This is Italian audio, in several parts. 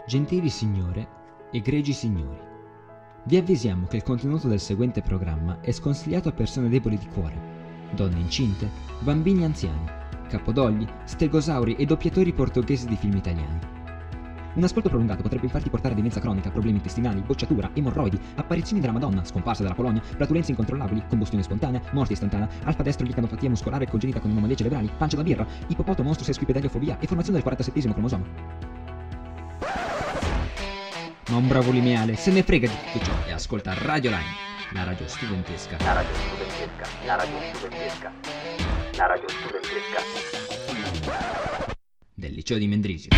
Gentili signore, egregi signori, vi avvisiamo che il contenuto del seguente programma è sconsigliato a persone deboli di cuore, donne incinte, bambini anziani, capodogli, stegosauri e doppiatori portoghesi di film italiani. Un ascolto prolungato potrebbe infatti portare a demenza cronica, problemi intestinali, bocciatura, emorroidi, apparizioni della Madonna, scomparsa dalla Polonia, flatulenze incontrollabili, combustione spontanea, morte istantanea, alfa-destro-licanopatia muscolare congenita con anomalie cerebrali, pancia da birra, ipopoto-mostro sesquipedaliofobia e formazione del 47esimo cromosoma. Ma un bravo lineale se ne frega di tutto ciò e ascolta Radio Line, la radio studentesca. La radio studentesca. La radio studentesca. La radio studentesca. Del liceo di Mendrisio.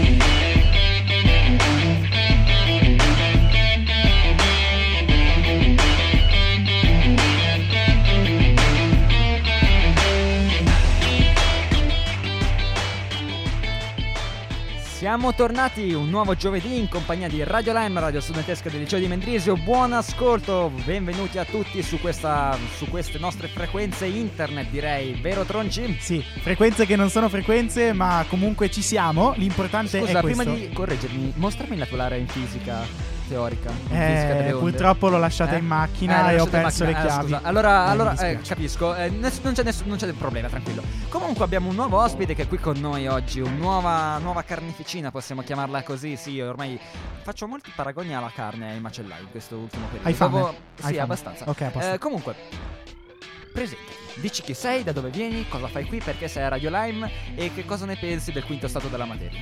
Siamo tornati un nuovo giovedì in compagnia di Radio Lime, radio studentesca del liceo di Mendrisio. Buon ascolto, benvenuti a tutti su queste nostre frequenze internet, direi, vero Tronci? Sì, frequenze che non sono frequenze, ma comunque ci siamo. L'importante Scusa, è questo. Prima di correggermi, mostrami la tua laurea in fisica teorica. Fisica delle onde. Purtroppo l'ho lasciata in macchina e ho perso le chiavi. Scusa. Allora capisco, non c'è problema, tranquillo. Comunque abbiamo un nuovo ospite che è qui con noi oggi, una nuova carneficina, possiamo chiamarla così. Sì, ormai faccio molti paragoni alla carne ai macellai in questo ultimo periodo. Hai fame? Sì, Hai fame? abbastanza. Ok, a posto. Comunque, presentati, dici chi sei, da dove vieni, cosa fai qui, perché sei a Radio Lime e che cosa ne pensi del quinto stato della materia.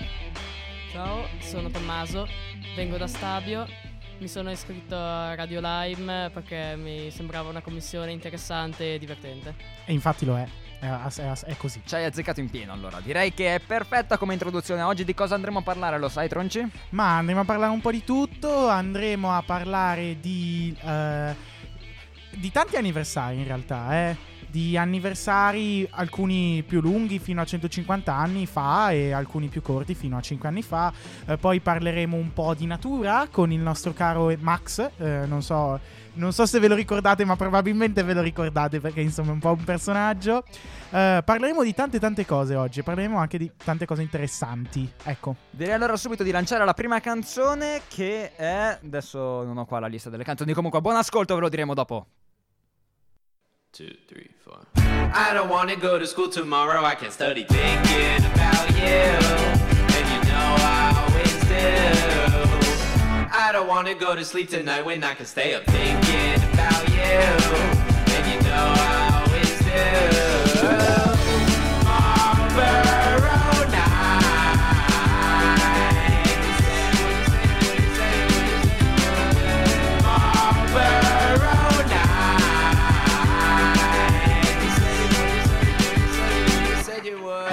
Ciao, sono Tommaso, vengo da Stabio, mi sono iscritto a Radio Lime perché mi sembrava una commissione interessante e divertente. E infatti lo è così. Ci hai azzeccato in pieno, allora direi che è perfetta come introduzione. Oggi di cosa andremo a parlare, lo sai Tronci? Ma andremo a parlare un po' di tutto, andremo a parlare di tanti anniversari in realtà, di anniversari, alcuni più lunghi fino a 150 anni fa e alcuni più corti fino a 5 anni fa. Poi parleremo un po' di natura con il nostro caro Max, non so se ve lo ricordate, ma probabilmente ve lo ricordate perché insomma è un po' un personaggio. Parleremo di tante cose oggi, parleremo anche di tante cose interessanti, ecco. Direi allora subito di lanciare la prima canzone, che è... adesso non ho qua la lista delle canzoni, comunque buon ascolto, ve lo diremo dopo. 2, 3, 4. I don't wanna go to school tomorrow, I can't study thinking about you, and you know I always do. I don't wanna go to sleep tonight when I can stay up thinking about you, and you know I always do. Marlboro nights, Marlboro nights, you said you would.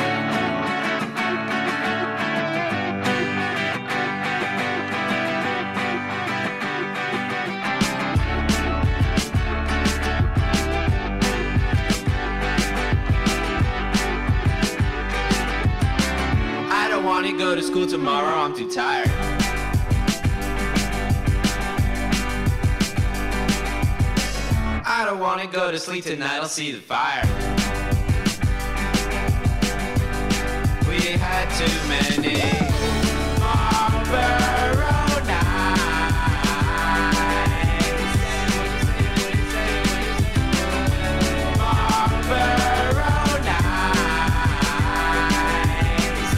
I don't wanna go to school tomorrow, I'm too tired. I don't wanna go to sleep tonight, I'll see the fire. We had too many Marlboro nights, Marlboro nights.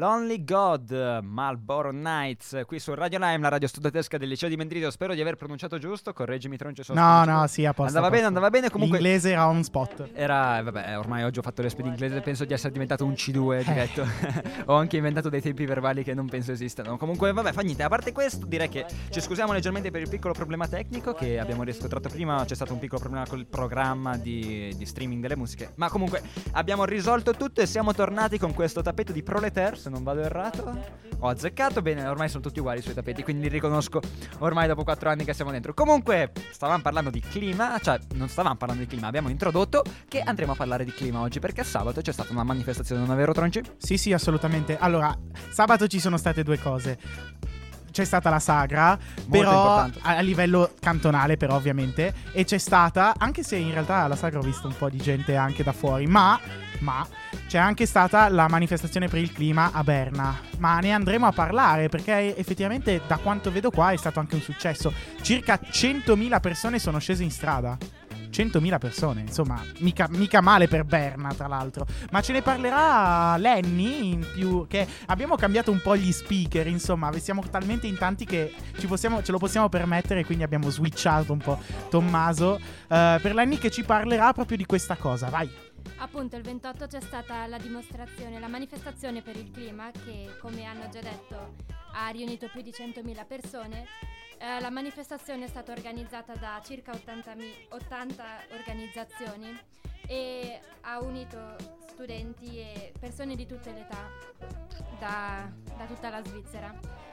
Lonely God, Marlboro Nights, qui su Radio Lime, la radio studentesca del liceo di Mendrisio. Spero di aver pronunciato giusto, correggimi Troncio. No, sì, a posto. Andava bene, comunque l'inglese era on spot. Vabbè, ormai oggi ho fatto l'ESP di inglese, penso di essere diventato un C2 diretto. Ho anche inventato dei tempi verbali che non penso esistano. Comunque vabbè, fa niente, a parte questo direi che ci scusiamo leggermente per il piccolo problema tecnico che abbiamo riscontrato prima. C'è stato un piccolo problema col programma di streaming delle musiche, ma comunque abbiamo risolto tutto e siamo tornati con questo tappeto di Proletaire, se non vado errato. Ho azzeccato, bene, ormai sono tutti uguali i suoi tappeti, quindi li riconosco ormai dopo 4 anni che siamo dentro. Comunque stavamo parlando di clima, cioè non stavamo parlando di clima, abbiamo introdotto che andremo a parlare di clima oggi perché sabato c'è stata una manifestazione, non è vero Tronci? Sì, assolutamente. Allora, sabato ci sono state 2 cose. C'è stata la sagra, però a livello cantonale, però ovviamente. E c'è stata, anche se in realtà alla sagra ho visto un po' di gente anche da fuori, ma c'è anche stata la manifestazione per il clima a Berna. Ma ne andremo a parlare perché effettivamente da quanto vedo qua è stato anche un successo. Circa 100.000 persone sono scese in strada. 100.000 persone, insomma, mica male per Berna, tra l'altro. Ma ce ne parlerà Lenny in più, che abbiamo cambiato un po' gli speaker, insomma, siamo talmente in tanti che ce lo possiamo permettere, quindi abbiamo switchato un po' Tommaso per Lenny che ci parlerà proprio di questa cosa, vai. Appunto il 28 c'è stata la dimostrazione, la manifestazione per il clima che, come hanno già detto, ha riunito più di 100.000 persone. La manifestazione è stata organizzata da circa 80 organizzazioni e ha unito studenti e persone di tutte le età da tutta la Svizzera.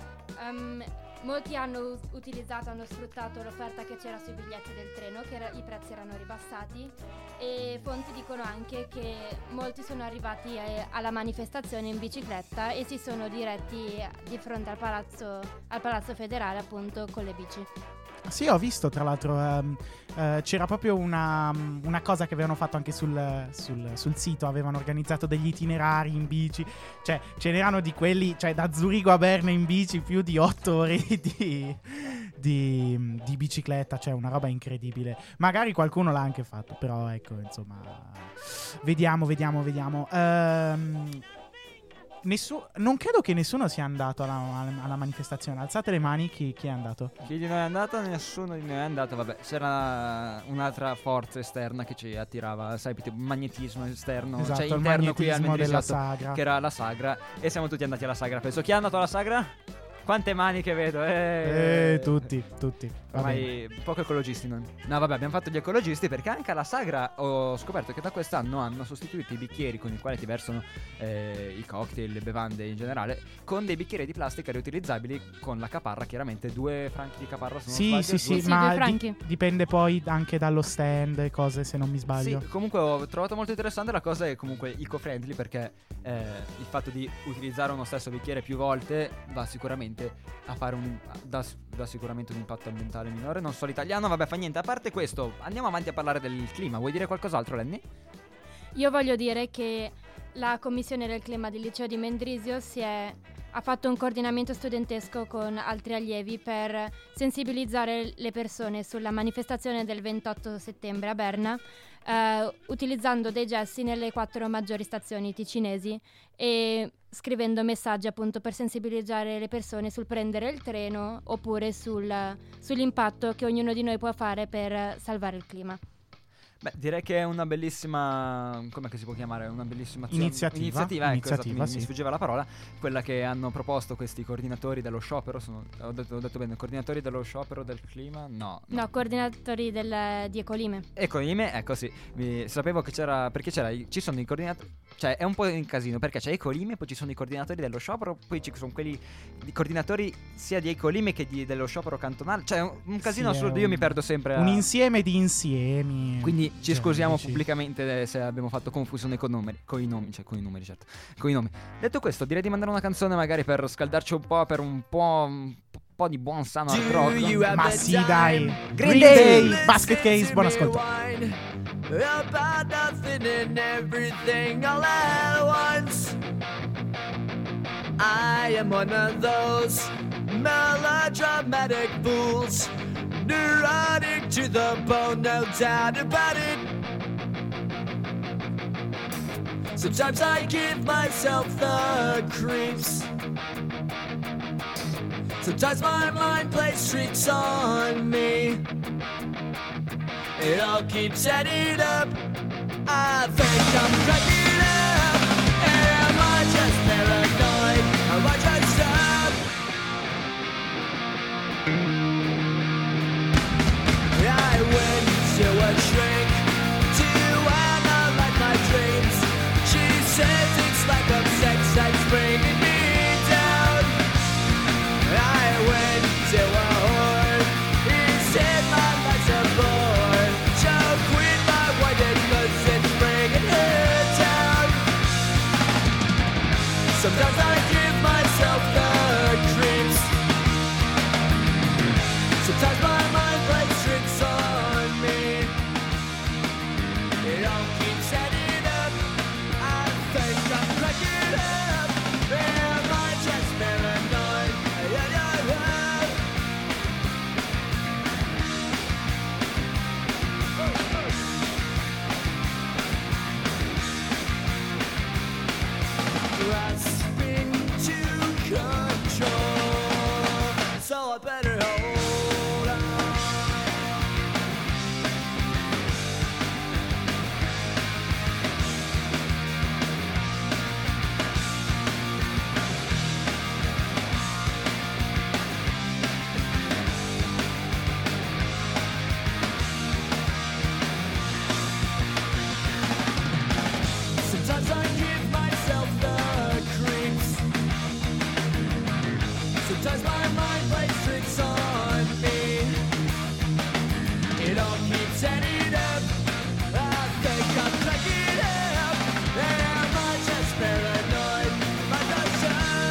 Molti hanno sfruttato l'offerta che c'era sui biglietti del treno, i prezzi erano ribassati, e fonti dicono anche che molti sono arrivati alla manifestazione in bicicletta e si sono diretti di fronte al palazzo federale, appunto, con le bici. Sì, ho visto tra l'altro c'era proprio una cosa che avevano fatto anche sul sito. Avevano organizzato degli itinerari in bici. Cioè ce n'erano di quelli, cioè da Zurigo a Berna in bici, più di 8 ore di bicicletta. Cioè una roba incredibile. Magari qualcuno l'ha anche fatto, però ecco, insomma, vediamo. Non credo che nessuno sia andato alla manifestazione. Alzate le mani, chi è andato? Chi di noi è andato? Nessuno di noi è andato. Vabbè, c'era un'altra forza esterna che ci attirava, sai, un magnetismo esterno, esatto, cioè il interno qui al magnetismo della Mendrisio, sagra, che era la sagra, e siamo tutti andati alla sagra. Penso chi è andato alla sagra? Quante mani che vedo, tutti. Ormai poco ecologisti non. No, vabbè, abbiamo fatto gli ecologisti perché anche alla sagra ho scoperto che da quest'anno hanno sostituito i bicchieri con i quali ti versano i cocktail, le bevande in generale, con dei bicchieri di plastica riutilizzabili con la caparra, chiaramente 2 franchi di caparra, se non sbaglio. Sì, ma dipende poi anche dallo stand e cose, se non mi sbaglio. Sì, comunque ho trovato molto interessante, la cosa è comunque eco-friendly perché il fatto di utilizzare uno stesso bicchiere più volte va sicuramente a fare dà sicuramente un impatto ambientale minore. Non so l'italiano, vabbè, fa niente. A parte questo, andiamo avanti a parlare del clima. Vuoi dire qualcos'altro, Lenny? Io voglio dire che la commissione del clima del liceo di Mendrisio ha fatto un coordinamento studentesco con altri allievi per sensibilizzare le persone sulla manifestazione del 28 settembre a Berna, utilizzando dei gesti nelle 4 maggiori stazioni ticinesi e scrivendo messaggi appunto per sensibilizzare le persone sul prendere il treno oppure sull'impatto che ognuno di noi può fare per salvare il clima. Beh, direi che è una bellissima, come si può chiamare? Una bellissima iniziativa, ecco, esatto, sì. mi sfuggiva la parola, quella che hanno proposto questi coordinatori dello sciopero. Ho detto bene, coordinatori dello sciopero del clima? No, coordinatori di Ecolime. Ecolime, ecco, sì. Sapevo che c'era, perché ci sono i coordinatori, cioè è un po' in casino, perché c'è Ecolime, poi ci sono i coordinatori dello sciopero, poi ci sono quelli coordinatori sia di Ecolime che dello sciopero cantonale, cioè un casino assurdo, io mi perdo sempre un insieme di insiemi. Quindi ci scusiamo pubblicamente se abbiamo fatto confusione con i nomi. Detto questo, direi di mandare una canzone magari per scaldarci un po', per un po' di buon sano hard rock. Ma sì, dai. Green Day, Basket Case, buon ascolto. About nothing and everything all at once. I am one of those melodramatic fools, neurotic to the bone, no doubt about it. Sometimes I give myself the creeps. Sometimes my mind plays tricks on me. It all keeps adding up. I think I'm cracking up. Am I just paranoid? Am I just up? I went to a shrink to analyze my dreams. She says it's lack of sex that's bringing me down. I went to a whore. He said my life's a bore. So quit my white cause it's bringing her down. Sometimes I give myself the creeps. Sometimes my mind plays tricks on me. It all keeps adding up. I think I'm cracking up. Am I just paranoid? Yeah, yeah, yeah. Grasping to control, so I better hold on. Sometimes I give myself the creeps. Sometimes my mind plays tricks on me. It all keeps adding up. I think I'm cracking up. Am I just paranoid? Am I just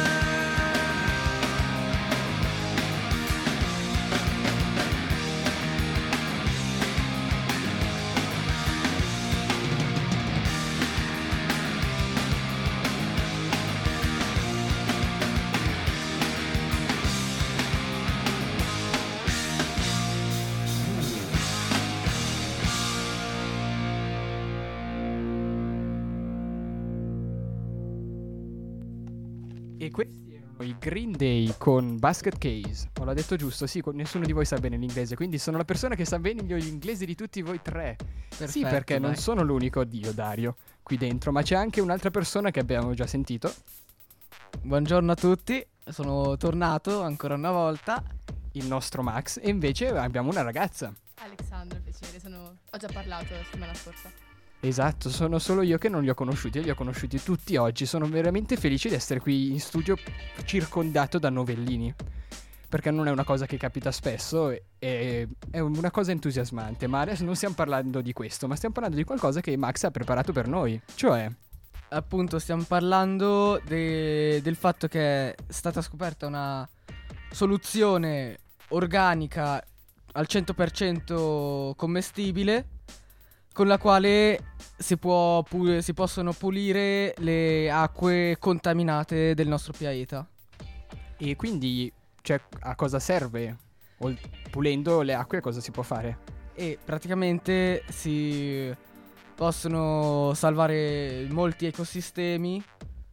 E questi erano i Green Day con Basket Case. Ho l'ho detto giusto? Sì, nessuno di voi sa bene l'inglese, quindi sono la persona che sa bene l'inglese di tutti voi tre. Sì, perché non sono l'unico dio Dario qui dentro, ma c'è anche un'altra persona che abbiamo già sentito. Buongiorno a tutti, sono tornato ancora una volta. Il nostro Max. E invece abbiamo una ragazza. Alexandro, piacere, ho già parlato la settimana scorsa. Esatto, sono solo io che non li ho conosciuti, li ho conosciuti tutti oggi. Sono veramente felice di essere qui in studio circondato da novellini, perché non è una cosa che capita spesso, è una cosa entusiasmante. Ma adesso non stiamo parlando di questo, ma stiamo parlando di qualcosa che Max ha preparato per noi. Cioè, Appunto, stiamo parlando del fatto che è stata scoperta una soluzione organica al 100% commestibile, con la quale si possono pulire le acque contaminate del nostro pianeta. e quindi, cioè, a cosa serve? Pulendo le acque, cosa si può fare? E praticamente si possono salvare molti ecosistemi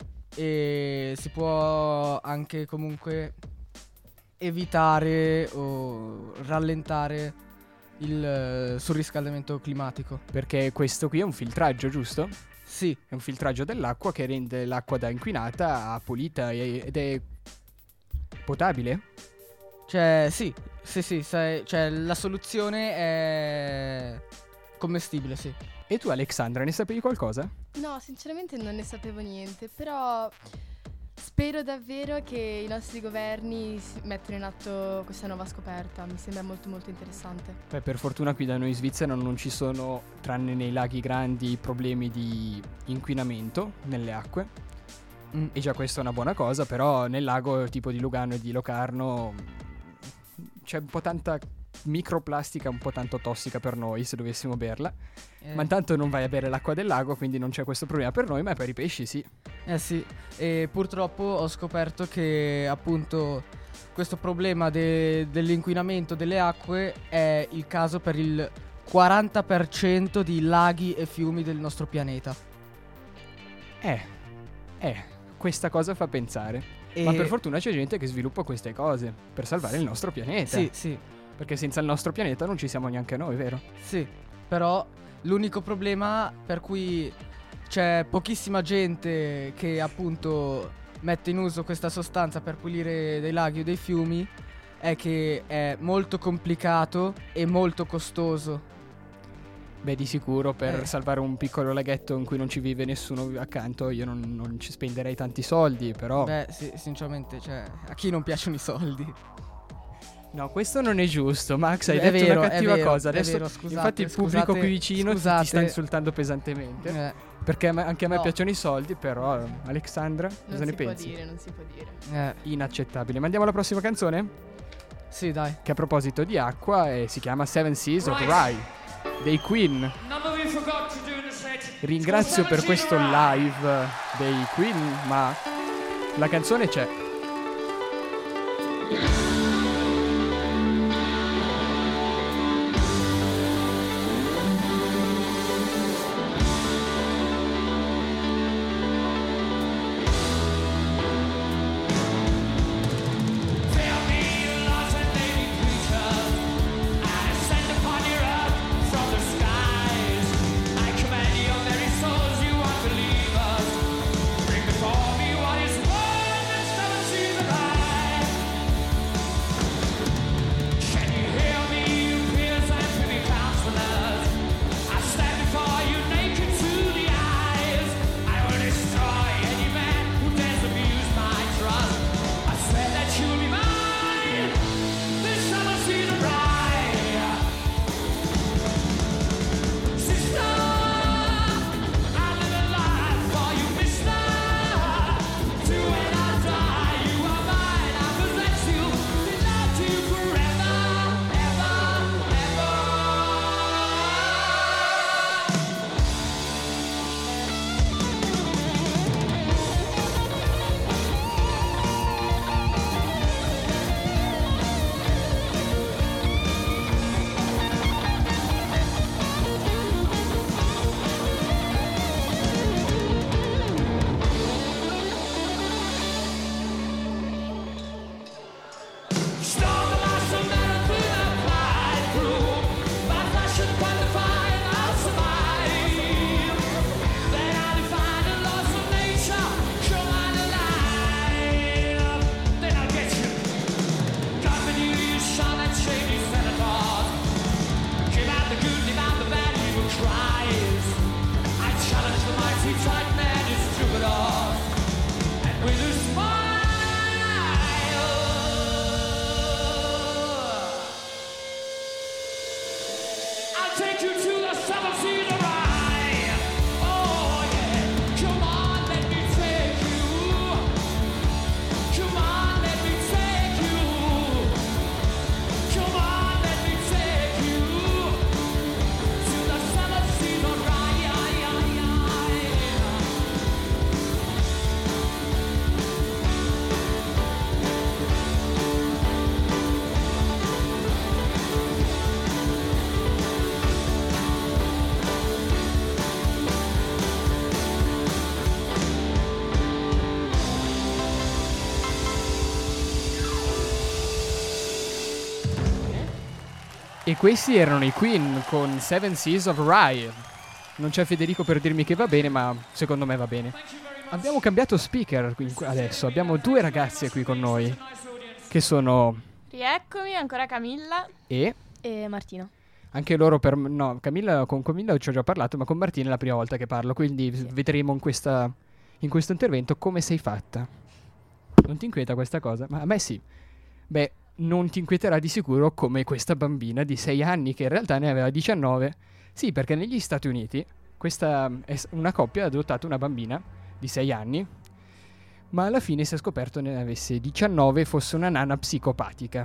e si può anche comunque evitare o rallentare il surriscaldamento climatico. Perché questo qui è un filtraggio, giusto? Sì, È un filtraggio dell'acqua che rende l'acqua da inquinata a pulita ed è potabile? cioè sì, cioè la soluzione è commestibile, sì. E tu, Alexandra, ne sapevi qualcosa? No, sinceramente non ne sapevo niente, però spero davvero che i nostri governi mettano in atto questa nuova scoperta. Mi sembra molto molto interessante. Beh, per fortuna qui da noi in Svizzera non ci sono, tranne nei laghi grandi, problemi di inquinamento nelle acque. E già questa è una buona cosa, però nel lago tipo di Lugano e di Locarno c'è un po' tanta microplastica, un po' tanto tossica per noi se dovessimo berla. Ma intanto non vai a bere l'acqua del lago, quindi non c'è questo problema per noi, ma per i pesci sì. Sì, e purtroppo ho scoperto che appunto questo problema dell'inquinamento delle acque è il caso per il 40% di laghi e fiumi del nostro pianeta. Questa cosa fa pensare. Ma per fortuna c'è gente che sviluppa queste cose per salvare il nostro pianeta. Sì. Perché senza il nostro pianeta non ci siamo neanche noi, vero? Sì, però l'unico problema per cui c'è pochissima gente che appunto mette in uso questa sostanza per pulire dei laghi o dei fiumi è che è molto complicato e molto costoso. Beh, di sicuro per salvare un piccolo laghetto in cui non ci vive nessuno accanto io non ci spenderei tanti soldi, però... Beh, sì, sinceramente, cioè, a chi non piacciono i soldi? No, questo non è giusto, Max, hai È detto vero, una cattiva è vero, cosa. è Adesso, vero, scusate, infatti, il pubblico qui vicino ti scusate. sta insultando pesantemente. Perché anche a me No. piacciono i soldi, però, Alexandra, cosa ne pensi? Non si può dire. Inaccettabile. Ma andiamo alla prossima canzone? Sì, dai. Che a proposito di acqua si chiama Seven Seas of Rye dei Queen. Ringrazio per questo live dei Queen, ma la canzone c'è. E questi erano i Queen con Seven Seas of Rye. Non c'è Federico per dirmi che va bene, ma secondo me va bene. Abbiamo cambiato speaker adesso. Abbiamo due ragazze qui con noi, che sono... Rieccomi, ancora Camilla E Martino. Anche loro con Camilla ci ho già parlato, ma con Martina è la prima volta che parlo, quindi vedremo in questo intervento come sei fatta. Non ti inquieta questa cosa? Ma a me sì. Beh, non ti inquieterà di sicuro come questa bambina di 6 anni, che in realtà ne aveva 19. Sì, perché negli Stati Uniti questa è una coppia ha adottato una bambina di 6 anni, ma alla fine si è scoperto ne avesse 19 e fosse una nana psicopatica.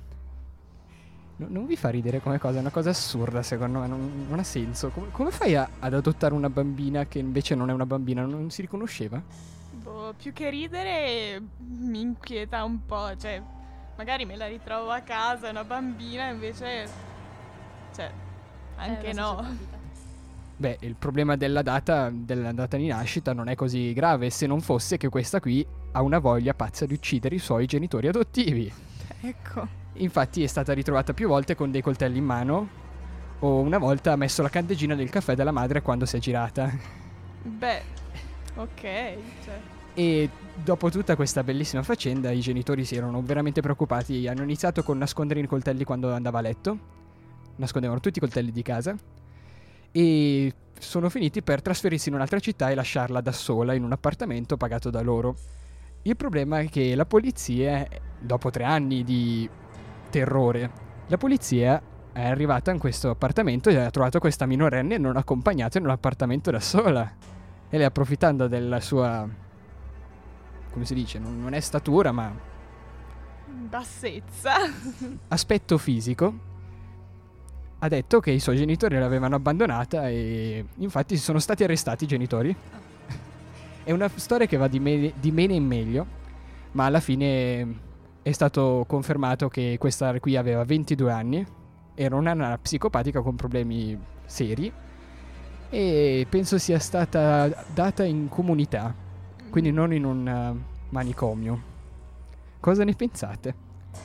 Non vi fa ridere come cosa? È una cosa assurda, secondo me, non ha senso. Come fai ad adottare una bambina che invece non è una bambina? Non si riconosceva? Boh, più che ridere mi inquieta un po', cioè magari me la ritrovo a casa, è una bambina, invece cioè anche no. Beh, il problema della data di nascita non è così grave, se non fosse che questa qui ha una voglia pazza di uccidere i suoi genitori adottivi. Ecco. Infatti è stata ritrovata più volte con dei coltelli in mano, o una volta ha messo la candeggina del caffè della madre quando si è girata. Beh, ok, cioè. E dopo tutta questa bellissima faccenda i genitori si erano veramente preoccupati. Hanno iniziato con nascondere i coltelli quando andava a letto. Nascondevano tutti i coltelli di casa. E sono finiti per trasferirsi in un'altra città e lasciarla da sola in un appartamento pagato da loro. Il problema è che la polizia, dopo 3 anni di terrore, la polizia è arrivata in questo appartamento e ha trovato questa minorenne non accompagnata in un appartamento da sola. E lei, approfittando della sua, come si dice, non è statura ma Bassezza. aspetto fisico, ha detto che i suoi genitori l'avevano abbandonata e infatti sono stati arrestati i genitori. È una storia che va di meno in meglio, ma alla fine è stato confermato che questa qui aveva 22 anni, era una psicopatica con problemi seri e penso sia stata data in comunità, quindi non in un manicomio. Cosa ne pensate?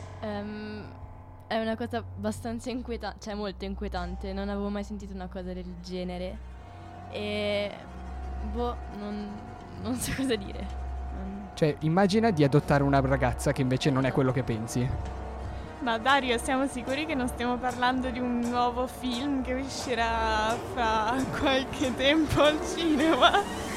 È una cosa abbastanza inquietante, cioè molto inquietante, non avevo mai sentito una cosa del genere e non so cosa dire. Cioè, immagina di adottare una ragazza che invece non è quello che pensi. Ma Dario, siamo sicuri che non stiamo parlando di un nuovo film che uscirà fra qualche tempo al cinema?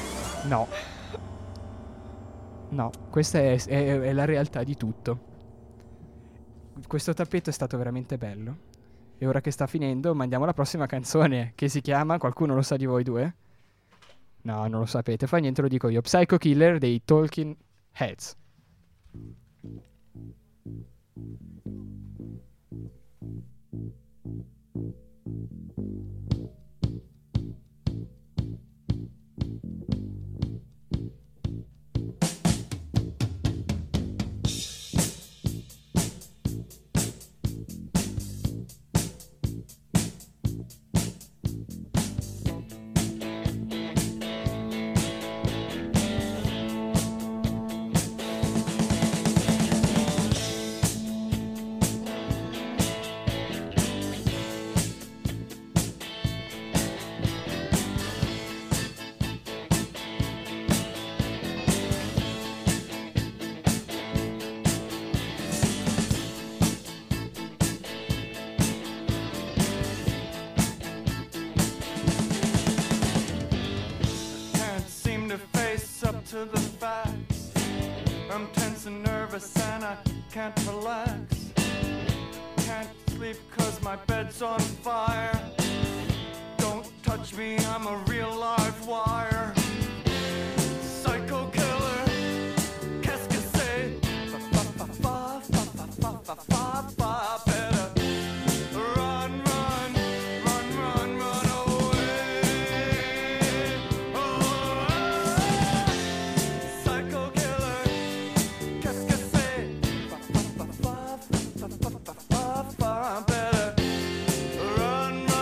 No, questa è la realtà di tutto. Questo tappeto è stato veramente bello. E ora che sta finendo, mandiamo la prossima canzone, che si chiama, qualcuno lo sa di voi due? No, non lo sapete, fa niente, lo dico io. Psycho Killer dei Talking Heads. To the facts, I'm tense and nervous and I can't relax. Can't sleep 'cause my bed's on fire. Don't touch me, I'm a real live wire. Psycho killer, qu'est-ce que c'est? Better run, run, run, run, run away. Psycho killer, qu'est-ce que c'est? Better run, run.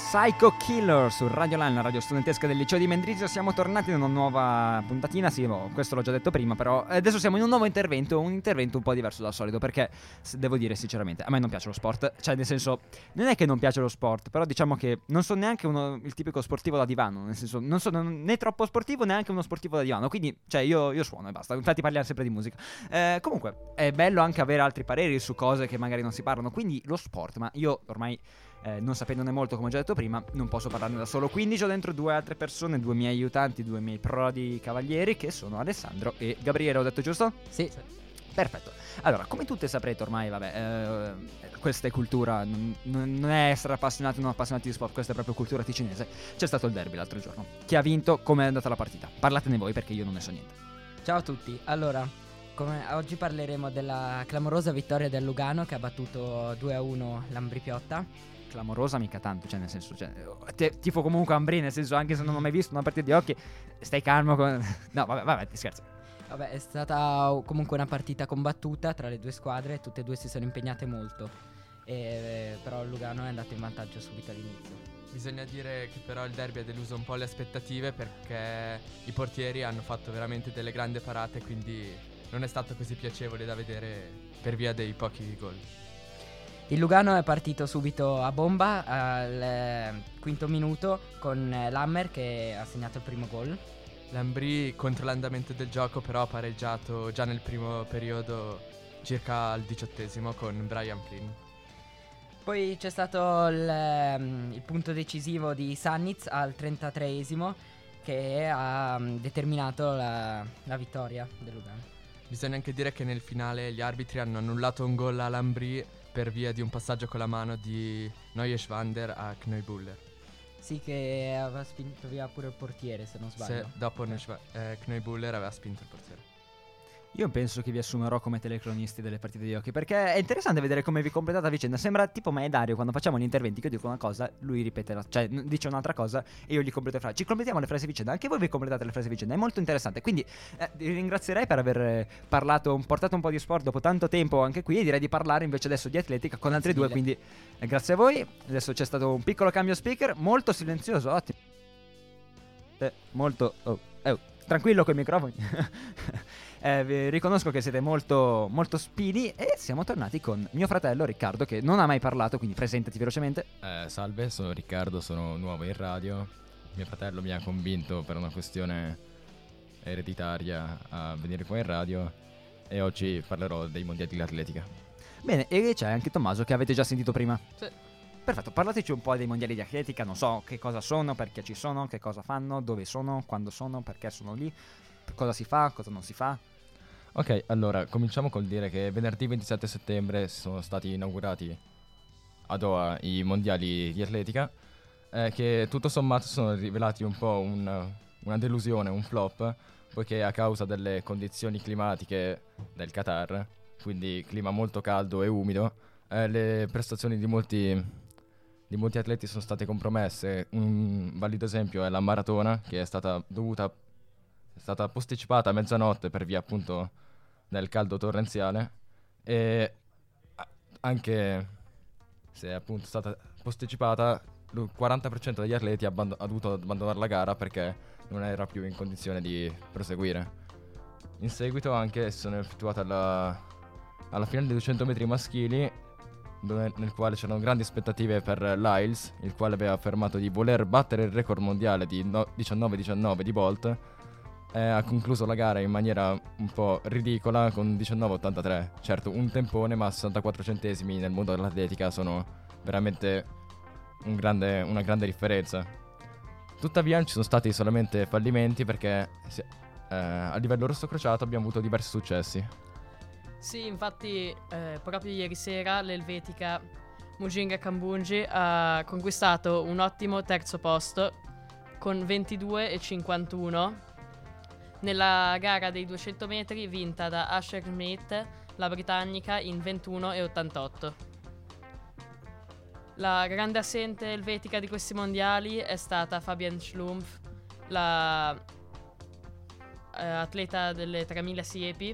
Psycho Killer su Radio Line, la radio studentesca del liceo di Mendrisio. Siamo tornati in una nuova puntatina, sì, questo l'ho già detto prima, però adesso siamo in un nuovo intervento, un po' diverso dal solito, perché devo dire sinceramente, a me non piace lo sport, cioè nel senso, non è che non piace lo sport, però diciamo che non sono neanche il tipico sportivo da divano, nel senso, non sono né troppo sportivo, neanche uno sportivo da divano, quindi, cioè, io suono e basta, infatti parliamo sempre di musica. Comunque, è bello anche avere altri pareri su cose che magari non si parlano, quindi lo sport, ma io ormai... non sapendone molto, come ho già detto prima, non posso parlarne da solo, quindi ho dentro due altre persone, due miei aiutanti, due miei prodi cavalieri, che sono Alessandro e Gabriele. Ho detto giusto? Sì. Perfetto. Allora, come tutte saprete ormai, vabbè, questa è cultura, non è essere appassionati o non appassionati di sport, questa è proprio cultura ticinese. C'è stato il derby l'altro giorno. Chi ha vinto? Come è andata la partita? Parlatene voi, perché io non ne so niente. Ciao a tutti. Allora, oggi parleremo della clamorosa vittoria del Lugano, che ha battuto 2-1 l'Ambri Piotta. Clamorosa mica tanto, cioè nel senso, cioè, tifo comunque Ambri, nel senso, anche se non ho mai visto una partita di hockey, stai calmo no, vabbè, ti scherzo. Vabbè, è stata comunque una partita combattuta tra le due squadre, tutte e due si sono impegnate molto, però il Lugano è andato in vantaggio subito all'inizio. Bisogna dire che però il derby ha deluso un po' le aspettative, perché i portieri hanno fatto veramente delle grandi parate, quindi non è stato così piacevole da vedere per via dei pochi gol. Il Lugano è partito subito a bomba al quinto minuto con Lammer che ha segnato il primo gol. L'Ambri, contro l'andamento del gioco, però ha pareggiato già nel primo periodo, circa al 18esimo, con Brian Flynn. Poi c'è stato il punto decisivo di Sannitz al 33esimo, che ha determinato la vittoria del Lugano. Bisogna anche dire che nel finale gli arbitri hanno annullato un gol all'Ambri per via di un passaggio con la mano di Neuschwander a Kneubuller. Sì, che aveva spinto via pure il portiere, se non sbaglio. Se dopo Kneubuller aveva spinto il portiere. Io penso che vi assumerò come telecronisti delle partite di hockey, perché è interessante vedere come vi completate a vicenda. Sembra tipo me e Dario quando facciamo gli interventi, che io dico una cosa, lui ripete cioè dice un'altra cosa e io gli completo le frasi. Ci completiamo le frasi a vicenda, anche voi vi completate le frasi a vicenda, è molto interessante. Quindi vi ringrazierei per aver portato un po' di sport dopo tanto tempo anche qui, e direi di parlare invece adesso di atletica con altri due, quindi grazie a voi. Adesso c'è stato un piccolo cambio speaker, molto silenzioso, ottimo. Molto tranquillo coi microfoni. Vi riconosco che siete molto, molto spini, e siamo tornati con mio fratello Riccardo, che non ha mai parlato, quindi presentati velocemente. Salve, sono Riccardo, sono nuovo in radio. Mio fratello mi ha convinto per una questione ereditaria a venire qua in radio, e oggi parlerò dei mondiali di atletica. Bene, e c'è anche Tommaso, che avete già sentito prima. Sì. Perfetto, parlateci un po' dei mondiali di atletica, non so che cosa sono, perché ci sono, che cosa fanno, dove sono, quando sono, perché sono lì, cosa si fa, cosa non si fa. Ok, allora cominciamo col dire che venerdì 27 settembre sono stati inaugurati a Doha i mondiali di atletica, che tutto sommato sono rivelati un po' una delusione, un flop, poiché a causa delle condizioni climatiche del Qatar, quindi clima molto caldo e umido, le prestazioni di molti atleti sono state compromesse. Un valido esempio è la maratona, che è stata posticipata a mezzanotte per via appunto del caldo torrenziale, e anche se è appunto stata posticipata, il 40% degli atleti ha dovuto abbandonare la gara perché non era più in condizione di proseguire. In seguito anche si sono effettuate alla finale dei 200 metri maschili, nel quale c'erano grandi aspettative per Lyles, il quale aveva affermato di voler battere il record mondiale di 19-19 di Bolt. Ha concluso la gara in maniera un po' ridicola con 19,83. Certo, un tempone, ma 64 centesimi nel mondo dell'atletica sono veramente una grande differenza. Tuttavia ci sono stati solamente fallimenti, perché a livello rosso crociato abbiamo avuto diversi successi. Sì, infatti proprio ieri sera l'elvetica Mujinga Kambunji ha conquistato un ottimo terzo posto con 22,51 nella gara dei 200 metri vinta da Asher Smith, la britannica, in 21,88. La grande assente elvetica di questi mondiali è stata Fabienne Schlumpf, la atleta delle 3000 siepi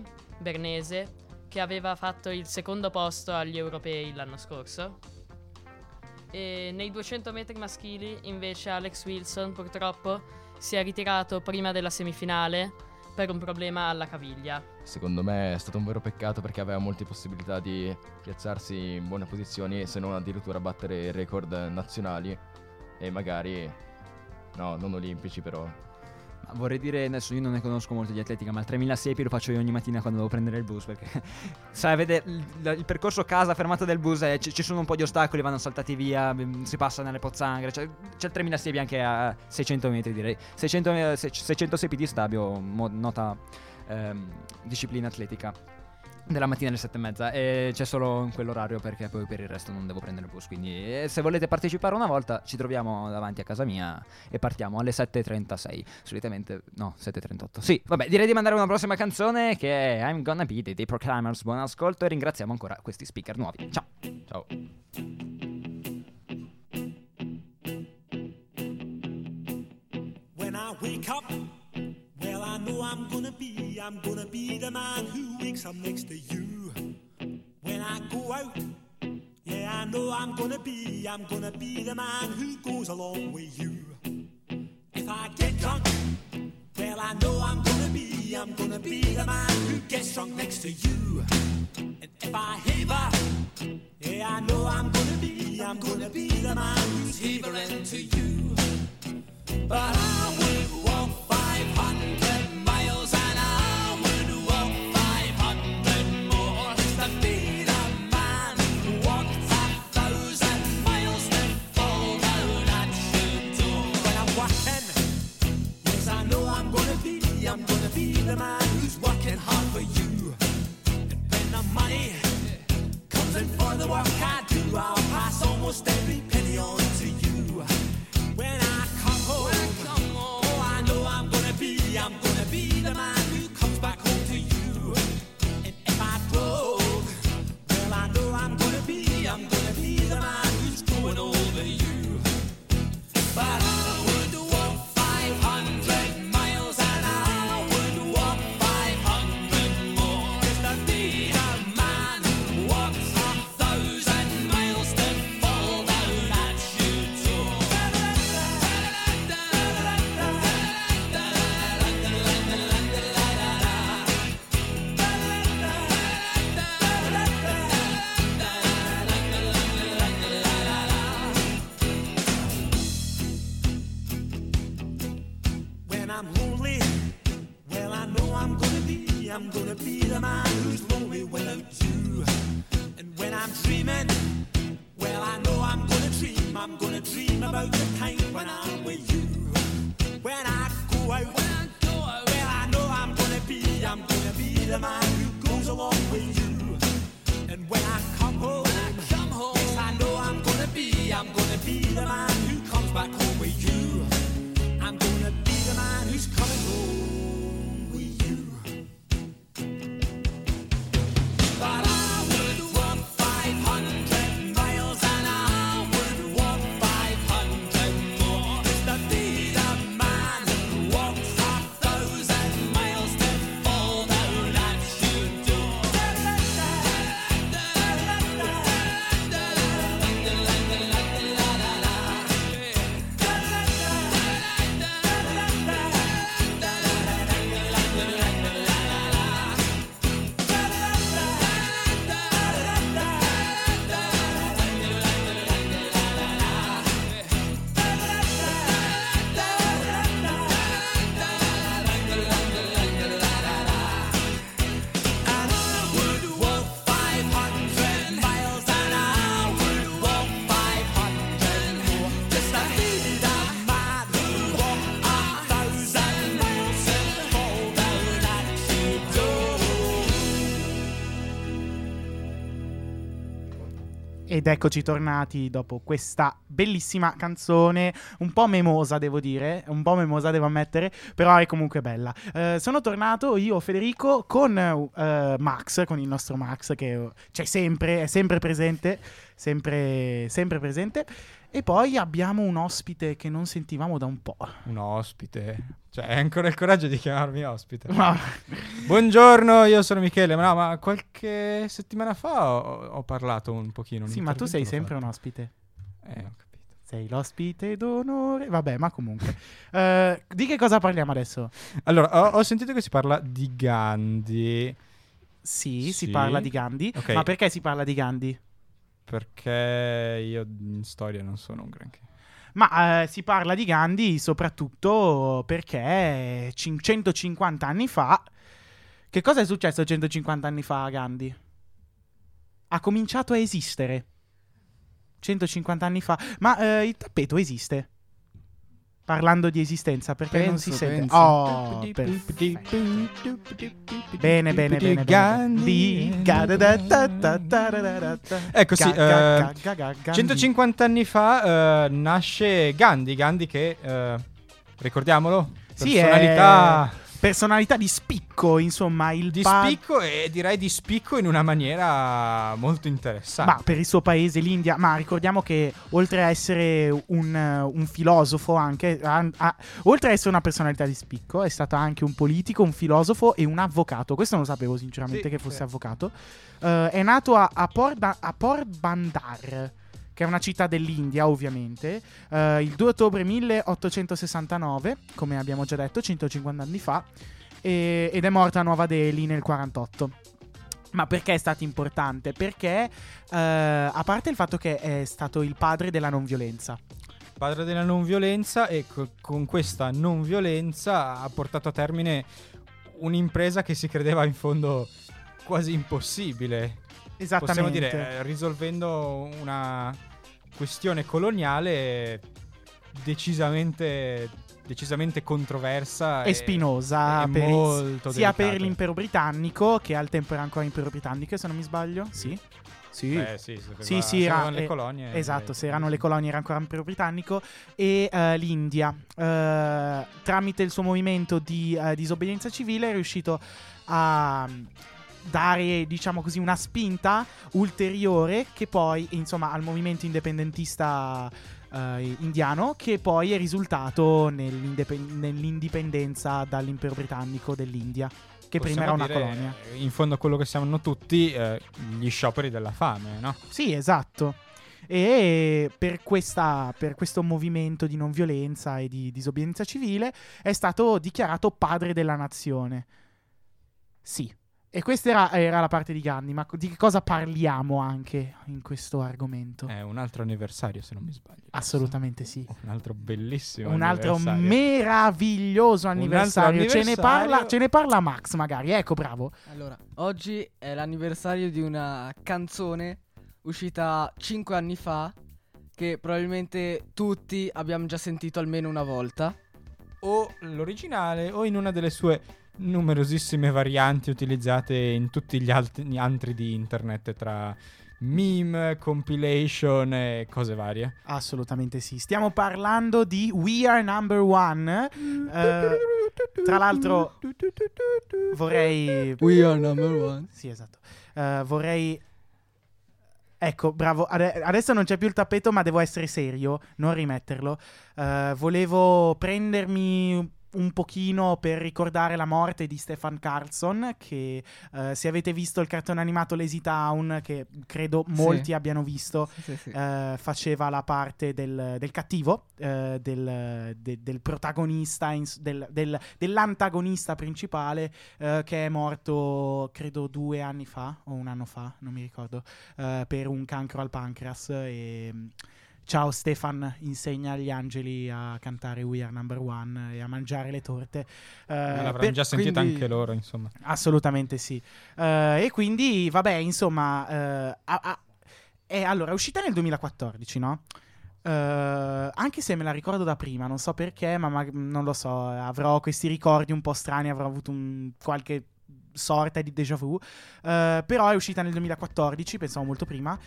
bernese, che aveva fatto il secondo posto agli europei l'anno scorso. E nei 200 metri maschili invece Alex Wilson purtroppo si è ritirato prima della semifinale per un problema alla caviglia. Secondo me è stato un vero peccato perché aveva molte possibilità di piazzarsi in buone posizioni, se non addirittura battere record nazionali e magari, no, non olimpici però. Vorrei dire, adesso io non ne conosco molto di atletica, ma il 3000 siepi lo faccio io ogni mattina quando devo prendere il bus, perché sai, vede il percorso casa, fermata del bus, ci sono un po' di ostacoli, vanno saltati via, si passa nelle pozzanghere, c'è il 3000 siepi anche a 600 metri direi, 600 siepi di stabio, nota disciplina atletica, della mattina alle 7:30, e c'è solo in quell'orario perché poi per il resto non devo prendere il bus, quindi se volete partecipare una volta ci troviamo davanti a casa mia e partiamo alle 7:36, solitamente no, 7:38. Sì, vabbè, direi di mandare una prossima canzone che è I'm Gonna Be dei Proclaimers. Buon ascolto e ringraziamo ancora questi speaker nuovi. Ciao. Ciao. When I wake up, well, I know I'm gonna be the man who wakes up next to you. When I go out, yeah, I know I'm gonna be the man who goes along with you. If I get drunk, well, I know I'm gonna be the man who gets drunk next to you. And if I haver, yeah, I know I'm gonna be the man who's havering to you. But I would walk 500 miles and I would walk 500 more just to be the man who walked 1,000 miles to fall down at your door. When I'm working, yes, I know I'm gonna be the man who's working hard for you. And when the money comes in for the work I do, I'll pass almost every penny on to you. When I come home, oh, I know I'm gonna be the man who comes back home to you. And if I drove, well, I know I'm gonna be the man who's going over you. But I would walk 500 miles and I would walk 500 more just to be the man who walks 1,000 miles to fall down at your door. When I'm lonely, well, I know I'm gonna be the man who's lonely without you. And when I'm dreaming, well, I know I'm gonna dream about the time when I'm with you. When I go out, well, I know I'm gonna be the man who goes along with you. And when I come home, yes, I know I'm gonna be the man who comes back home with you. I'm gonna be the man who's coming home with you. But I would walk 500 miles and I would walk 500 more just to be the man who walks 1,000 miles to fall down at your door. Ed eccoci tornati dopo questa bellissima canzone, un po' memosa devo dire, un po' memosa devo ammettere, però è comunque bella. Sono tornato io, Federico, con Max, con il nostro Max che c'è sempre, è sempre presente, sempre presente. E poi abbiamo un ospite che non sentivamo da un po'. Un ospite? Cioè, hai ancora il coraggio di chiamarmi ospite? Ma... Buongiorno, io sono Michele. Ma qualche settimana fa ho parlato un pochino. Sì, ma tu sei sempre un ospite. Sei l'ospite d'onore. Vabbè, ma comunque. Di che cosa parliamo adesso? Allora, ho sentito che si parla di Gandhi. Sì, si parla di Gandhi. Ok. Ma perché si parla di Gandhi? Perché io in storia non sono un granché. Ma si parla di Gandhi soprattutto perché 150 anni fa... Che cosa è successo 150 anni fa a Gandhi? Ha cominciato a esistere 150 anni fa. Ma il tappeto esiste? Parlando di esistenza, perché non si sente. Oh, perfetto. Bene. Gandhi. Ecco, sì, 150 anni fa nasce Gandhi che, ricordiamolo, personalità di spicco, insomma, spicco, e direi di spicco in una maniera molto interessante. Ma per il suo paese, l'India. Ma ricordiamo che oltre a essere un filosofo anche, oltre a essere una personalità di spicco, è stato anche un politico, un filosofo e un avvocato. Questo non lo sapevo sinceramente, che fosse avvocato. È nato a Porbandar, che è una città dell'India, ovviamente, il 2 ottobre 1869, come abbiamo già detto, 150 anni fa, ed è morto a Nuova Delhi nel 48. Ma perché è stato importante? Perché, a parte il fatto che è stato il padre della non violenza. Padre della non violenza, e con questa non violenza ha portato a termine un'impresa che si credeva in fondo quasi impossibile. Esattamente. Possiamo dire, risolvendo una questione coloniale decisamente controversa e spinosa, molto sia delicata. per l'impero britannico, che al tempo era ancora impero britannico, se non mi sbaglio. Sì. Erano le colonie. Esatto, se erano le colonie era ancora impero britannico. E l'India, tramite il suo movimento di disobbedienza civile, è riuscito a dare, diciamo così, una spinta ulteriore che poi, insomma, al movimento indipendentista indiano, che poi è risultato nell'indipendenza dall'impero britannico dell'India, che prima era una colonia. In fondo a quello che siamo tutti, gli scioperi della fame, no? Sì, esatto. E per questo movimento di non violenza e di disobbedienza civile è stato dichiarato padre della nazione. Sì. E questa era la parte di Gandhi. Ma di che cosa parliamo anche in questo argomento? È un altro anniversario, se non mi sbaglio. Assolutamente sì. Un altro bellissimo un altro anniversario. Meraviglioso anniversario. Un altro anniversario. Ce ne parla Max, magari. Ecco, bravo. Allora, oggi è l'anniversario di una canzone uscita 5 anni fa, che probabilmente tutti abbiamo già sentito almeno una volta. O l'originale, o in una delle sue numerosissime varianti utilizzate in tutti gli altri di internet, tra meme, compilation e cose varie. Assolutamente sì. Stiamo parlando di We Are Number One. Tra l'altro vorrei... We Are Number One. Sì, esatto. Vorrei... Ecco, bravo. Adesso non c'è più il tappeto, ma devo essere serio, non rimetterlo. Volevo prendermi un pochino per ricordare la morte di Stefan Carlson, che se avete visto il cartone animato Lazy Town, che credo molti abbiano visto, faceva la parte del cattivo, del protagonista, dell'antagonista principale, che è morto credo 2 anni fa o 1 anno fa, non mi ricordo, per un cancro al pancreas. E ciao Stefan, insegna agli angeli a cantare We Are Number One e a mangiare le torte. L'avranno già sentita anche loro, insomma. Assolutamente sì. E quindi, vabbè, insomma, allora, è uscita nel 2014, no? Anche se me la ricordo da prima, non so perché, ma non lo so, avrò questi ricordi un po' strani, avrò avuto qualche sorta di déjà vu. Però è uscita nel 2014, pensavo molto prima,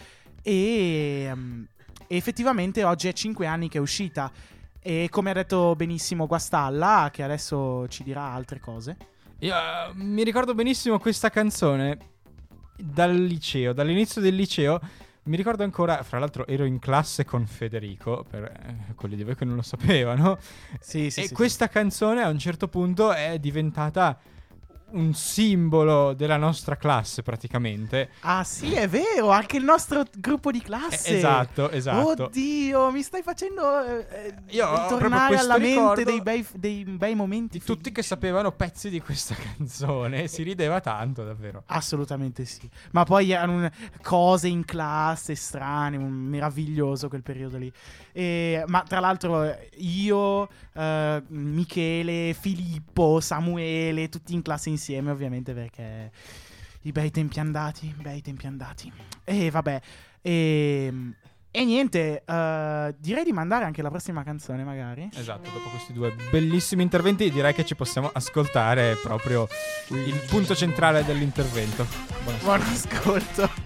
e effettivamente oggi è 5 anni che è uscita. E come ha detto benissimo Guastalla, che adesso ci dirà altre cose, io mi ricordo benissimo questa canzone dal liceo, dall'inizio del liceo. Mi ricordo ancora, fra l'altro ero in classe con Federico, per quelli di voi che non lo sapevano. Sì, questa canzone a un certo punto è diventata un simbolo della nostra classe praticamente. Ah sì, è vero, anche il nostro gruppo di classe. Esatto. Oddio, mi stai facendo Io ho proprio ritornare questo alla mente ricordo dei bei momenti. tutti che sapevano pezzi di questa canzone. Si rideva tanto, davvero. Assolutamente sì. Ma poi erano cose in classe strane, meraviglioso quel periodo lì. Ma tra l'altro io, Michele, Filippo, Samuele, tutti in classe insieme, ovviamente, perché i bei tempi andati. E vabbè. E niente, direi di mandare anche la prossima canzone, magari. Esatto, dopo questi due bellissimi interventi direi che ci possiamo ascoltare proprio il punto centrale dell'intervento. Buon ascolto.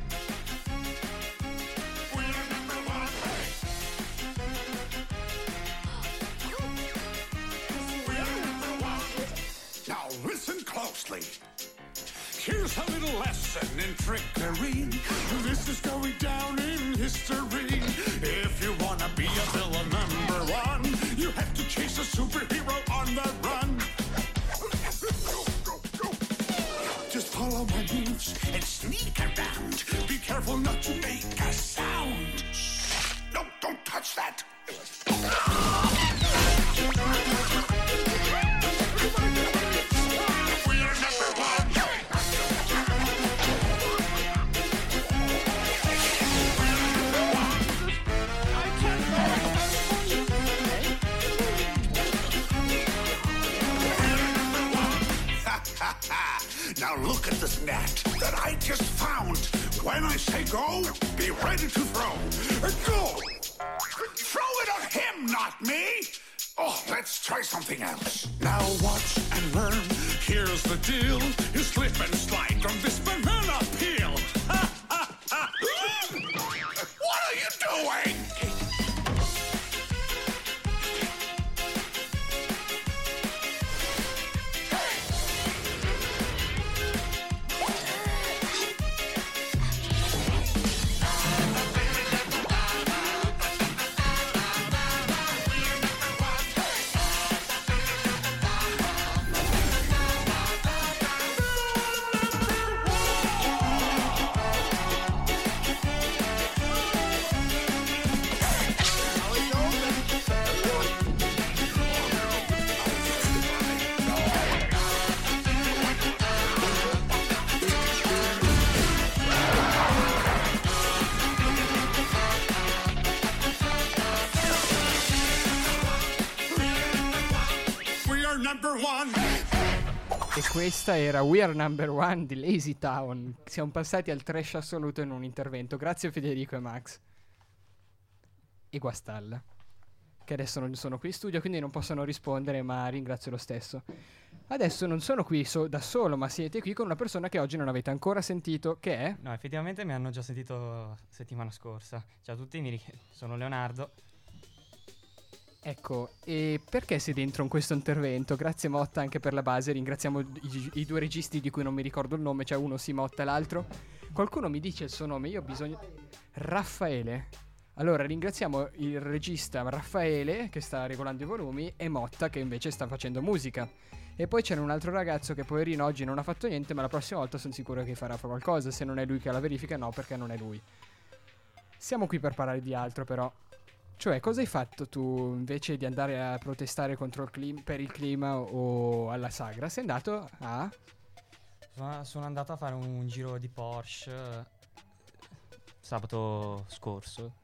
Now listen closely. Here's a little lesson in trickery. This is going down in history. If you wanna be a villain #1, you have to chase a superhero on the run. Just follow my moves and sneak around. Be careful not to make a sound. No, don't touch that. Now look at this net that I just found. When I say go, be ready to throw. Go! Throw it on him, not me! Oh, let's try something else. Now watch and learn. Here's the deal. You slip and slide on this banana peel. What are you doing? E questa era We Are Number One di Lazy Town. Siamo passati al trash assoluto in un intervento. Grazie Federico e Max. E Guastalla, che adesso non sono qui in studio, quindi non possono rispondere, ma ringrazio lo stesso. Adesso non sono qui da solo, ma siete qui con una persona che oggi non avete ancora sentito, che è... No, effettivamente mi hanno già sentito settimana scorsa. Ciao a tutti, sono Leonardo. Ecco, e perché sei dentro in questo intervento? Grazie Motta anche per la base, ringraziamo i due registi di cui non mi ricordo il nome, cioè uno sì Motta e l'altro. Qualcuno mi dice il suo nome, io ho bisogno... Raffaele. Allora ringraziamo il regista Raffaele che sta regolando i volumi e Motta che invece sta facendo musica. E poi c'era un altro ragazzo che poverino oggi non ha fatto niente, ma la prossima volta sono sicuro che farà qualcosa. Se non è lui che ha la verifica, no, perché non è lui. Siamo qui per parlare di altro però. Cioè, cosa hai fatto tu invece di andare a protestare contro per il clima o alla sagra? Sei andato a... Sono andato a fare un giro di Porsche sabato scorso.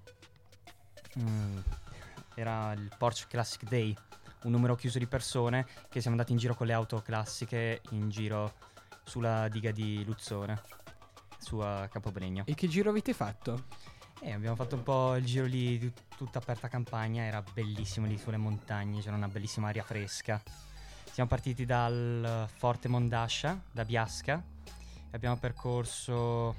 Era il Porsche Classic Day, un numero chiuso di persone che siamo andati in giro con le auto classiche in giro sulla diga di Luzzone, su a Capobregno. E che giro avete fatto? Abbiamo fatto un po' il giro lì di tutta aperta campagna, era bellissimo lì sulle montagne, c'era una bellissima aria fresca. Siamo partiti dal Forte Mondascia, da Biasca, e abbiamo percorso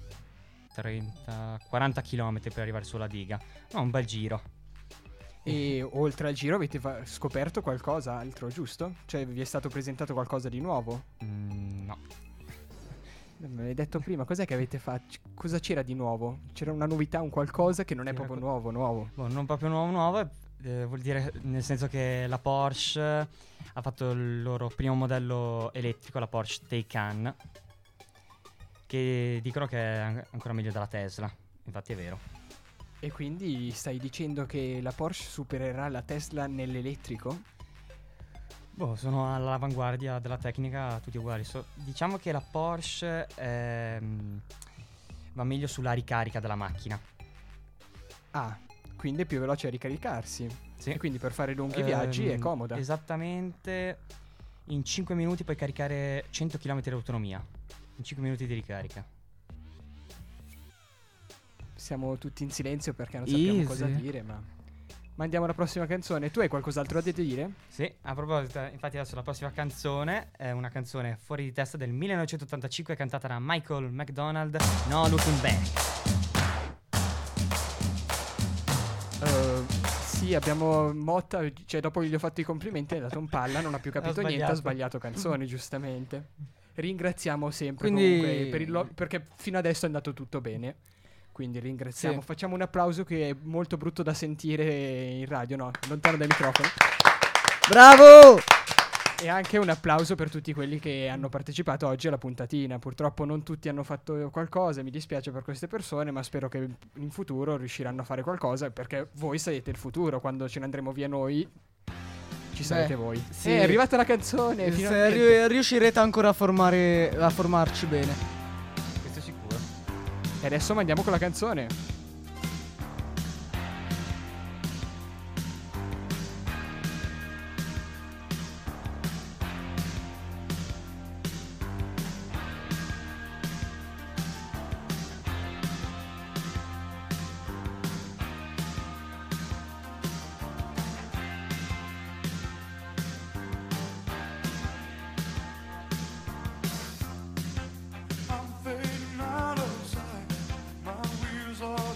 40 km per arrivare sulla diga. No, un bel giro. E oltre al giro avete scoperto qualcosa altro, giusto? Cioè vi è stato presentato qualcosa di nuovo? No. Me l'hai detto prima, cos'è che avete fatto? Cosa c'era di nuovo? C'era una novità, un qualcosa che non è proprio nuovo? Boh, non proprio nuovo. vuol dire nel senso che la Porsche ha fatto il loro primo modello elettrico, la Porsche Taycan, che dicono che è ancora meglio della Tesla. Infatti è vero. E quindi stai dicendo che la Porsche supererà la Tesla nell'elettrico? Boh, sono all'avanguardia della tecnica, tutti uguali. Diciamo che la Porsche va meglio sulla ricarica della macchina. Ah, quindi è più veloce a ricaricarsi. Sì. E quindi per fare lunghi viaggi è comoda. Esattamente. In 5 minuti puoi caricare 100 km di autonomia. In 5 minuti di ricarica. Siamo tutti in silenzio perché non sappiamo cosa dire, ma andiamo alla prossima canzone. Tu hai qualcos'altro da dire? Sì, a proposito, infatti adesso la prossima canzone è una canzone fuori di testa del 1985 cantata da Michael McDonald, No Looking Back. Sì, abbiamo Motta, cioè dopo che gli ho fatto i complimenti ha dato un palla, non ha più capito niente, ha sbagliato canzone, giustamente. Ringraziamo sempre comunque perché fino adesso è andato tutto bene. Quindi ringraziamo, Sì. Facciamo un applauso che è molto brutto da sentire in radio, no? Lontano dai microfoni. Bravo! E anche un applauso per tutti quelli che hanno partecipato oggi alla puntatina. Purtroppo non tutti hanno fatto qualcosa, mi dispiace per queste persone, ma spero che in futuro riusciranno a fare qualcosa, perché voi sarete il futuro. Quando ce ne andremo via noi, ci sarete voi. Sì. È arrivata la canzone, Se finalmente. riuscirete ancora a formarci bene. Questo è sicuro. E adesso mandiamo con la canzone. I'm fading out of sight. My wheels are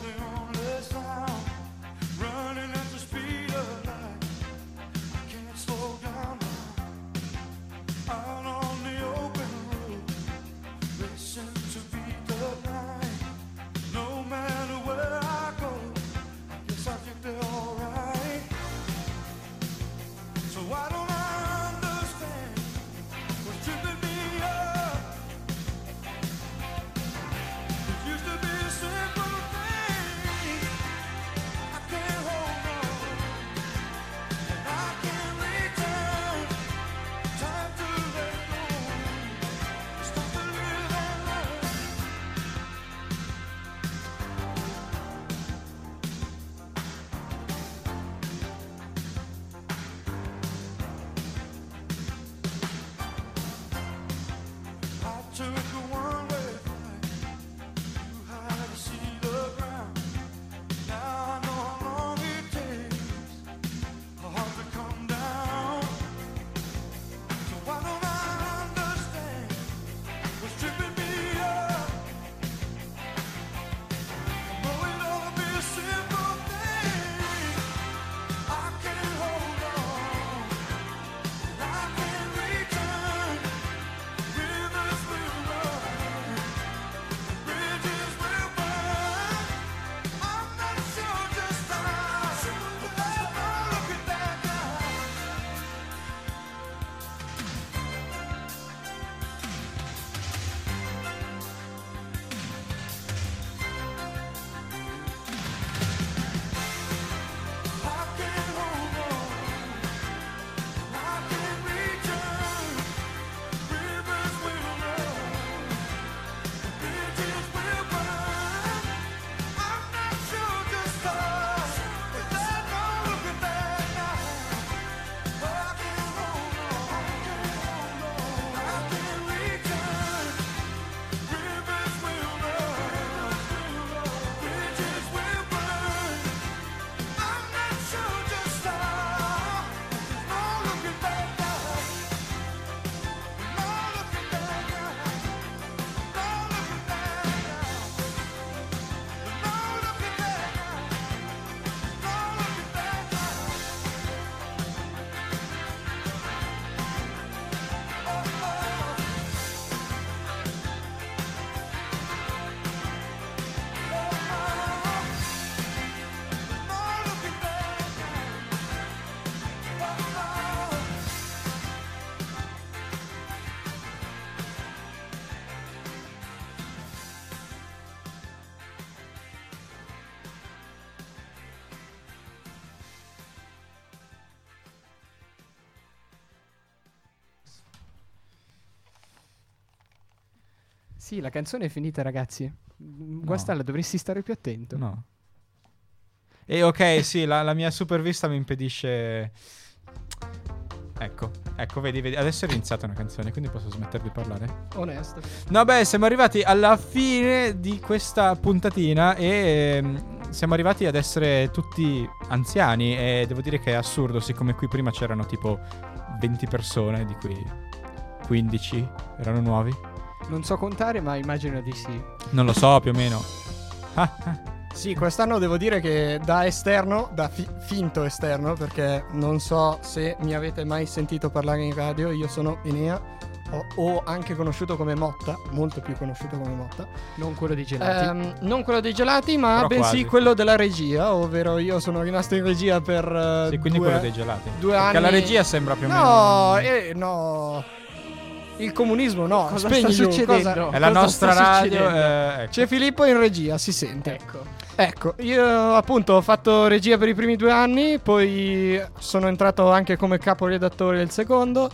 Sì, la canzone è finita, ragazzi. Guastalla, dovresti stare più attento. No. E ok, sì, la mia super vista mi impedisce... Ecco, vedi, adesso è iniziata una canzone, quindi posso smettere di parlare? Onesto. No, beh, siamo arrivati alla fine di questa puntatina e siamo arrivati ad essere tutti anziani e devo dire che è assurdo, siccome qui prima c'erano tipo 20 persone, di cui 15 erano nuovi. Non so contare, ma immagino di sì. Non lo so, più o meno. Sì, quest'anno devo dire che da esterno, da finto esterno, perché non so se mi avete mai sentito parlare in radio, io sono Enea, ho anche conosciuto come Motta, molto più conosciuto come Motta. Non quello dei gelati. Non quello dei gelati, ma però bensì quasi. quello della regia, ovvero io sono rimasto in regia per Sì, quindi quello dei gelati. 2 anni. Perché la regia sembra più o No, meno... no. Il comunismo no, Cosa spegni sta giù, succedendo? È la cosa nostra sta radio. succedendo? Ecco. C'è Filippo in regia, si sente. Ecco, io appunto ho fatto regia per i primi 2 anni, poi sono entrato anche come caporedattore il secondo.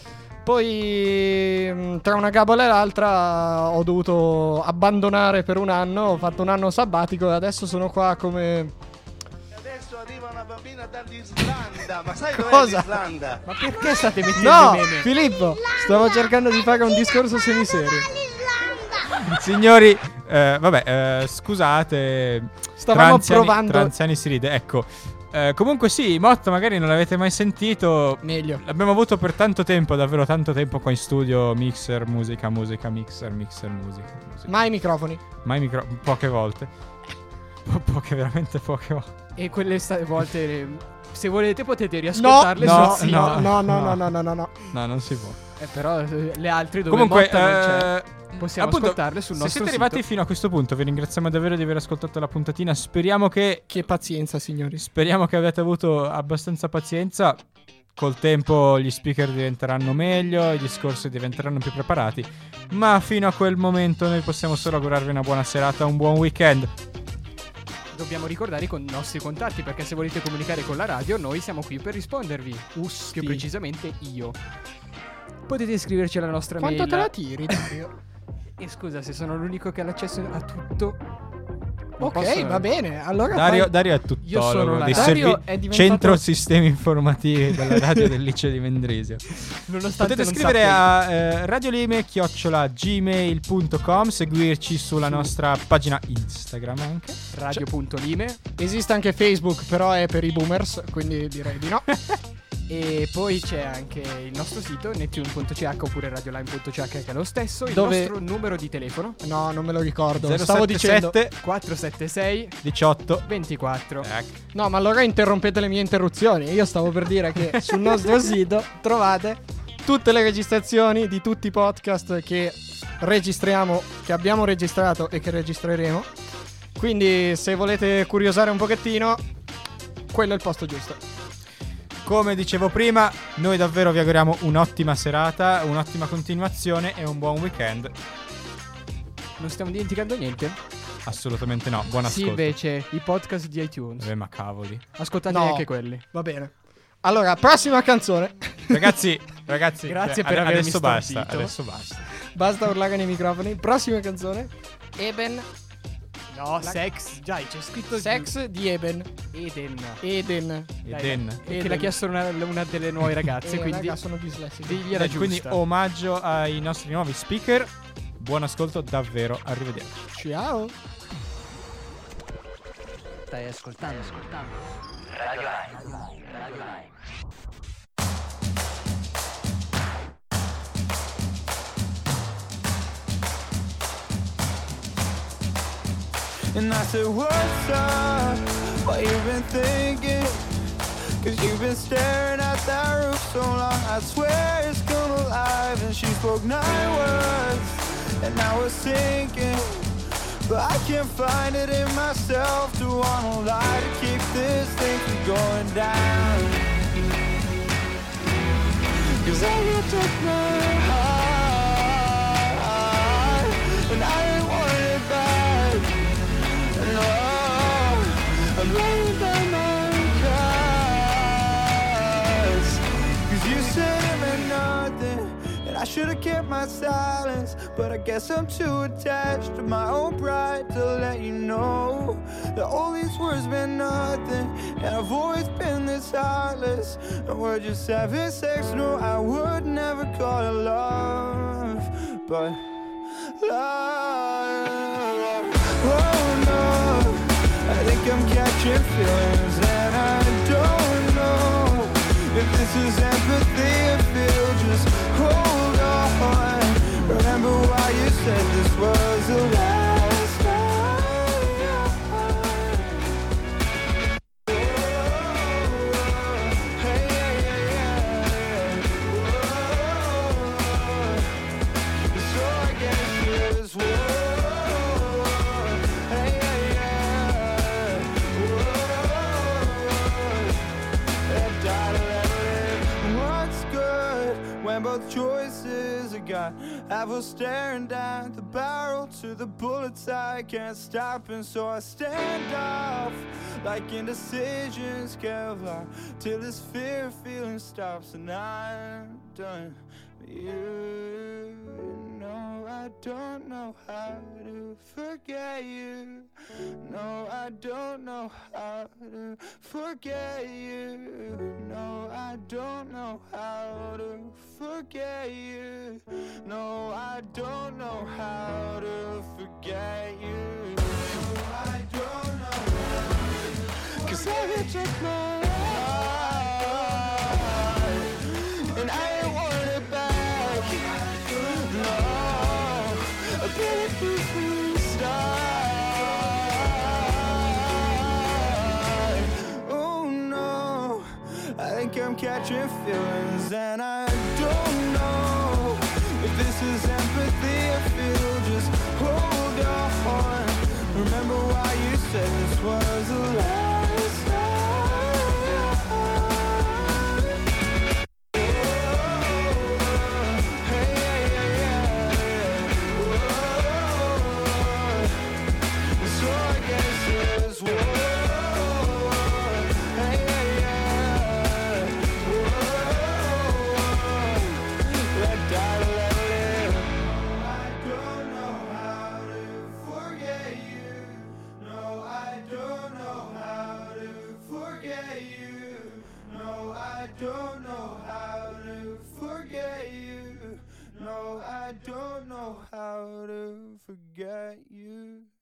Poi tra una gabola e l'altra ho dovuto abbandonare per 1 anno, ho fatto 1 anno sabbatico e adesso sono qua come... Adesso arriva una bambina dall'Islanda, ma sai Cosa? dov'è l'Islanda? Ma perché state mettendo No, meme? Filippo, stavo cercando di fare un discorso semiserio. Signori, scusate. Stavamo tra anziani, provando- Tra anziani si ride, ecco. Comunque sì, Motta magari non l'avete mai sentito. Meglio. L'abbiamo avuto per tanto tempo, davvero tanto tempo qua in studio. Mixer, musica, mixer, musica. Mai microfoni. Poche volte. Veramente poche volte. E quelle volte, se volete, potete riascoltarle No, sul sito. no. No, non si può. Però le altre dove Comunque, Motta non c'è, possiamo appunto, ascoltarle sul se nostro siete sito. arrivati fino a questo punto, vi ringraziamo davvero di aver ascoltato la puntatina. Speriamo che pazienza, signori. Speriamo che abbiate avuto abbastanza pazienza. Col tempo gli speaker diventeranno meglio, i discorsi diventeranno più preparati. Ma fino a quel momento noi possiamo solo augurarvi una buona serata, un buon weekend. Dobbiamo ricordare i nostri contatti, perché se volete comunicare con la radio noi siamo qui per rispondervi. Più precisamente io. Potete iscriverci alla nostra Quanto mail. te la tiri, Dario? E scusa, se sono l'unico che ha l'accesso a tutto. non Ok, posso- va bene. Allora Dario è Io sono tuttologo la di Dario è diventato- Centro Sistemi Informativi della radio del liceo di Mendrisio. Nonostante Potete non scrivere sappia- a radiolime@gmail.com, seguirci sulla nostra pagina Instagram anche. Radio.lime. Esiste anche Facebook, però è per i boomers, quindi direi di no. E poi c'è anche il nostro sito neptune.ch oppure radioline.ch, che è lo stesso. Il Dove- nostro numero di telefono. No, non me lo ricordo. 077 Stavo dicendo 476 18 24. No, ma allora interrompete le mie interruzioni. Io stavo per dire che sul nostro sito trovate tutte le registrazioni di tutti i podcast che registriamo, che abbiamo registrato e che registreremo. Quindi se volete curiosare un pochettino, quello è il posto giusto. Come dicevo prima, noi davvero vi auguriamo un'ottima serata, un'ottima continuazione e un buon weekend. Non stiamo dimenticando niente? Assolutamente no, buon Sì, ascolto. invece i podcast di iTunes. Ma cavoli. Ascoltate No. anche quelli. Va bene. Allora, prossima canzone. Ragazzi, Grazie per avermi adesso basta, stordito. adesso basta. Basta urlare nei microfoni. Prossima canzone. Eben. No, Sex. Dai, c'è scritto Sex di Eben. Eden. Eden. Che l'ha chiesto una delle nuove ragazze, quindi raga, sono dislessico. digliela giusta. Quindi omaggio ai nostri nuovi speaker. Buon ascolto davvero, arrivederci. Ciao. Stai ascoltando. Radio Line. And I said, what's up? What you been thinking? Cause you've been staring at that roof so long, I swear it's come alive. And she spoke 9 words, and I was sinking, but I can't find it in myself to wanna lie to keep this thing from going down. Cause I took my heart, and I didn't want it back. No, I'm laying down my cards. Cause you said it meant nothing, and I should've kept my silence, but I guess I'm too attached to my own pride to let you know that all these words meant nothing, and I've always been this heartless, and we're just having sex. No, I would never call it love, but love. Oh no, I think I'm catching feelings, and I don't know if this is empathy or feel. Just hold on. Remember why you said this was the last night. Hey, yeah, yeah. So I guess it's hey, yeah, yeah. What's good when both choices are gone? I was staring down the barrel to the bullets I can't stop, and so I stand off like indecisions Kevlar till this fear feeling stops, and I'm done. You know I don't know how to forget you. No, I don't know how to forget you. No, I don't know how to forget you. No, I don't know how to forget you. No, I don't know how to, 'cause I took my life and I ain't want it back. No, I've been a free star. Oh no, I think I'm catching feelings, and I don't know if this is empathy or feel. Just hold on. Remember why you said this was the last night. Hey, yeah, yeah. So I guess it's hey, yeah. Let die, let live. I don't know how to forget you. No, I don't know how to forget you. No, I don't know how to forget you. No, I don't know how to forget you.